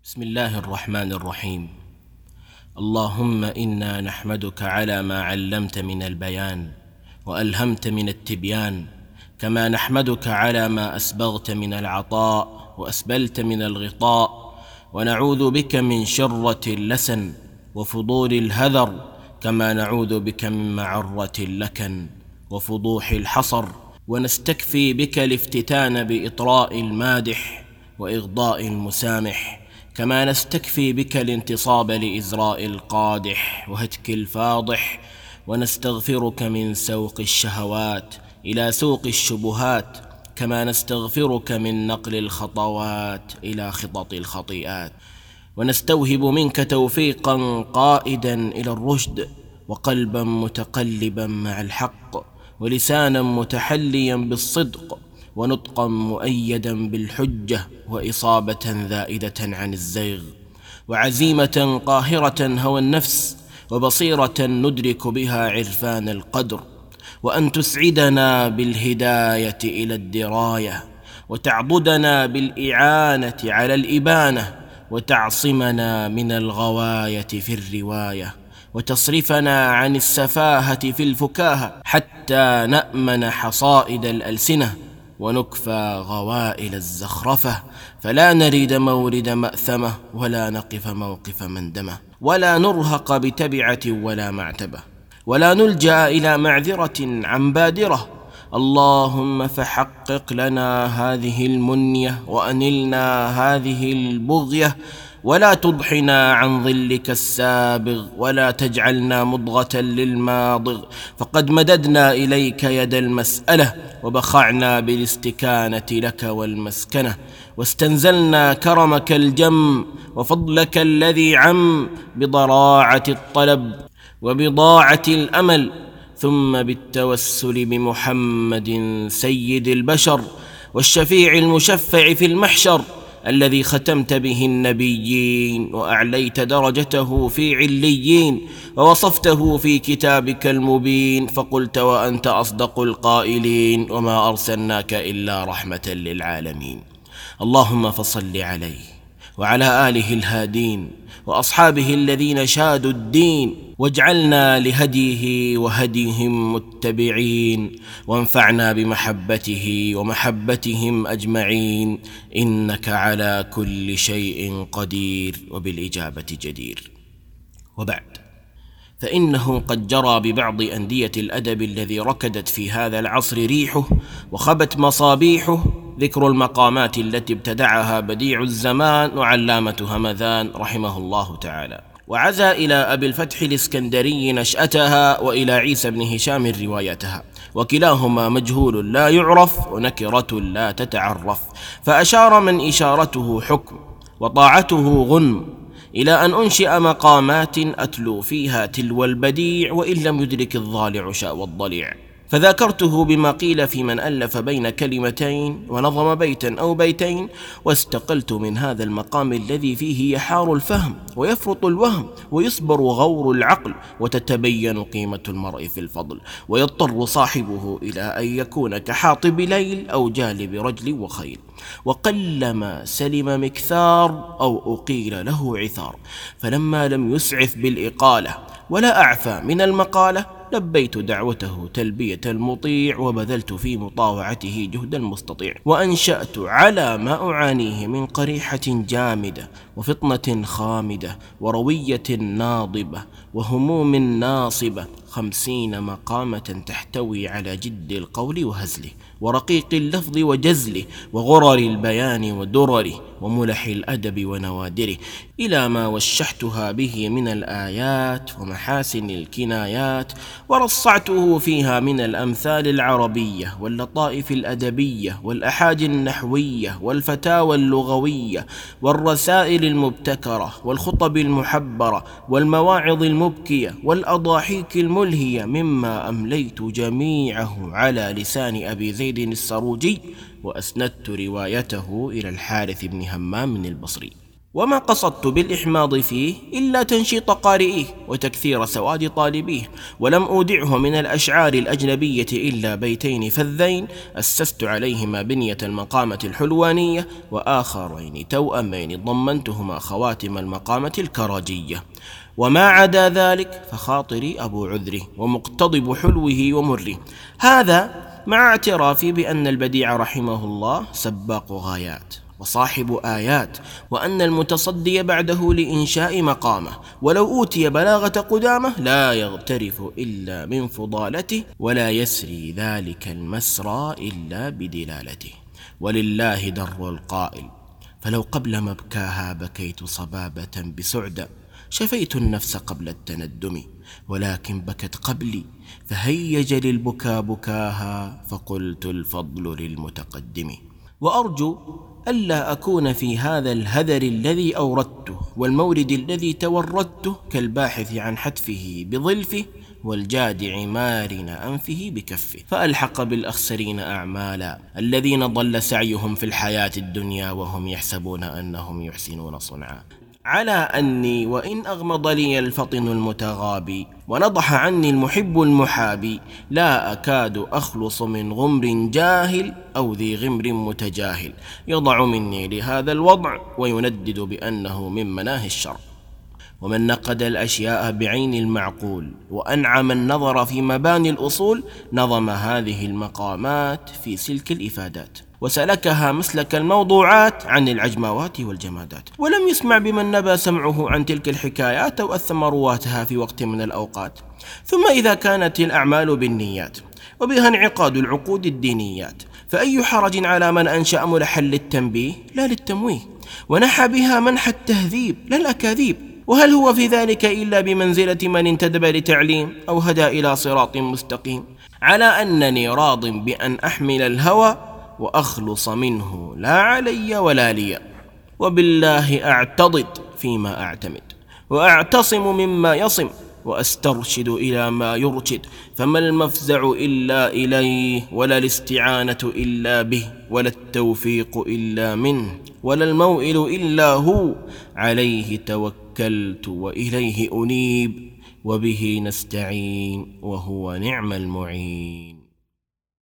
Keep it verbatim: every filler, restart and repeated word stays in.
بسم الله الرحمن الرحيم. اللهم إنا نحمدك على ما علمت من البيان وألهمت من التبيان، كما نحمدك على ما أسبغت من العطاء وأسبلت من الغطاء، ونعوذ بك من شرة اللسن وفضول الهذر، كما نعوذ بك من معرة اللكن وفضوح الحصر، ونستكفي بك الافتتان بإطراء المادح وإغضاء المسامح، كما نستكفي بك الانتصاب لإزراء القادح وهتك الفاضح، ونستغفرك من سوق الشهوات إلى سوق الشبهات، كما نستغفرك من نقل الخطوات إلى خطط الخطيئات، ونستوهب منك توفيقا قائدا إلى الرشد، وقلبا متقلبا مع الحق، ولسانا متحليا بالصدق، ونطقا مؤيدا بالحجة، وإصابة ذائدة عن الزيغ، وعزيمة قاهرة هوى النفس، وبصيرة ندرك بها عرفان القدر، وأن تسعدنا بالهداية إلى الدراية، وتعضدنا بالإعانة على الإبانة، وتعصمنا من الغواية في الرواية، وتصرفنا عن السفاهة في الفكاهة، حتى نأمن حصائد الألسنة ونكفى غوائل الزخرفة، فلا نرد مورد مأثمة، ولا نقف موقف مندمة، ولا نرهق بتبعة ولا معتبة، ولا نلجأ إلى معذرة عن بادرة. اللهم فحقق لنا هذه المنية وأنلنا هذه البغية، ولا تضحنا عن ظلك السابغ، ولا تجعلنا مضغة للماضغ، فقد مددنا إليك يد المسألة، وبخعنا بالاستكانة لك والمسكنة، واستنزلنا كرمك الجم وفضلك الذي عم بضراعة الطلب وبضاعة الأمل، ثم بالتوسل بمحمد سيد البشر والشفيع المشفع في المحشر، الذي ختمت به النبيين وأعليت درجته في عليين، ووصفته في كتابك المبين، فقلت وأنت أصدق القائلين: وما أرسلناك إلا رحمة للعالمين. اللهم فصل عليه وعلى آله الهادين وأصحابه الذين شادوا الدين، واجعلنا لهديه وهديهم متبعين، وانفعنا بمحبته ومحبتهم أجمعين، إنك على كل شيء قدير وبالإجابة جدير. وبعد، فإنه قد جرى ببعض أندية الأدب الذي ركدت في هذا العصر ريحه وخبت مصابيحه ذكر المقامات التي ابتدعها بديع الزمان وعلامة همذان رحمه الله تعالى، وعزى إلى أبي الفتح الإسكندري نشأتها، وإلى عيسى بن هشام روايتها، وكلاهما مجهول لا يعرف ونكرة لا تتعرف، فأشار من إشارته حكم وطاعته غنم إلى أن أنشئ مقامات أتلو فيها تلو البديع، وإن لم يدرك الضالع شأو الضليع، فذاكرته بما قيل في من ألف بين كلمتين ونظم بيتا أو بيتين، واستقلت من هذا المقام الذي فيه يحار الفهم ويفرط الوهم ويصبر غور العقل، وتتبين قيمة المرء في الفضل، ويضطر صاحبه إلى أن يكون كحاطب ليل أو جالب رجل وخيل، وقلما سلم مكثار أو أقيل له عثار، فلما لم يسعف بالإقالة ولا أعفى من المقالة لبيت دعوته تلبية المطيع، وبذلت في مطاوعته جهد المستطيع، وأنشأت على ما أعانيه من قريحة جامدة وفطنة خامدة وروية ناضبة وهموم ناصبة خمسين مقامة تحتوي على جد القول وهزله ورقيق اللفظ وجزله وغرر البيان ودرره وملح الأدب ونوادره، إلى ما وشحتها به من الآيات ومحاسن الكنايات، ورصعته فيها من الأمثال العربية واللطائف الأدبية والأحاج النحوية والفتاوى اللغوية والرسائل المبتكرة والخطب المحبرة والمواعظ المبكية والأضاحيك الملهية، مما أمليت جميعه على لسان أبي زيد السروجي، وأسندت روايته إلى الحارث بن همام البصري. وما قصدت بالإحماض فيه إلا تنشيط قارئيه وتكثير سواد طالبيه، ولم أودعه من الأشعار الأجنبية إلا بيتين فذين أسست عليهما بنية المقامة الحلوانية، وآخرين توأمين ضمنتهما خواتم المقامة الكراجية، وما عدا ذلك فخاطري أبو عذره ومقتضب حلوه ومره. هذا مع اعترافي بأن البديع رحمه الله سباق غايات وصاحب آيات، وأن المتصدي بعده لإنشاء مقامه ولو أوتي بلاغة قدامه لا يغترف إلا من فضالته، ولا يسري ذلك المسرى إلا بدلالته. ولله در القائل: فلو قبل مبكاها بكيت صبابة بسعدى، شفيت النفس قبل التندم، ولكن بكت قبلي فهيج للبكا بكاها، فقلت الفضل للمتقدم. وأرجو ألا أكون في هذا الهذر الذي أوردته والمورد الذي توردته كالباحث عن حتفه بظلفه والجادع مارن أنفه بكفه، فألحق بالأخسرين أعمالا الذين ضل سعيهم في الحياة الدنيا وهم يحسبون أنهم يحسنون صنعا. على أني وإن أغمض لي الفطن المتغابي ونضح عني المحب المحابي، لا أكاد أخلص من غمر جاهل أو ذي غمر متجاهل يضع مني لهذا الوضع ويندد بأنه من مناهي الشر. ومن نقد الأشياء بعين المعقول وأنعم النظر في مباني الأصول نظم هذه المقامات في سلك الإفادات، وسلكها مسلك الموضوعات عن العجموات والجمادات، ولم يسمع بمن نبى سمعه عن تلك الحكايات أو أثم رواتها في وقت من الأوقات. ثم إذا كانت الأعمال بالنيات وبها انعقاد العقود الدينيات، فأي حرج على من أنشأ ملحا للتنبيه لا للتمويه، ونحى بها منح التهذيب لا الأكاذيب، وهل هو في ذلك إلا بمنزلة من انتدب لتعليم أو هدى إلى صراط مستقيم؟ على أنني راض بأن أحمل الهوى وأخلص منه لا علي ولا لي، وبالله أعتضد فيما أعتمد، وأعتصم مما يصم، وأسترشد إلى ما يرشد، فما المفزع إلا إليه، ولا الاستعانة إلا به، ولا التوفيق إلا منه، ولا الموئل إلا هو، عليه توكلت وإليه أنيب، وبه نستعين وهو نعم المعين.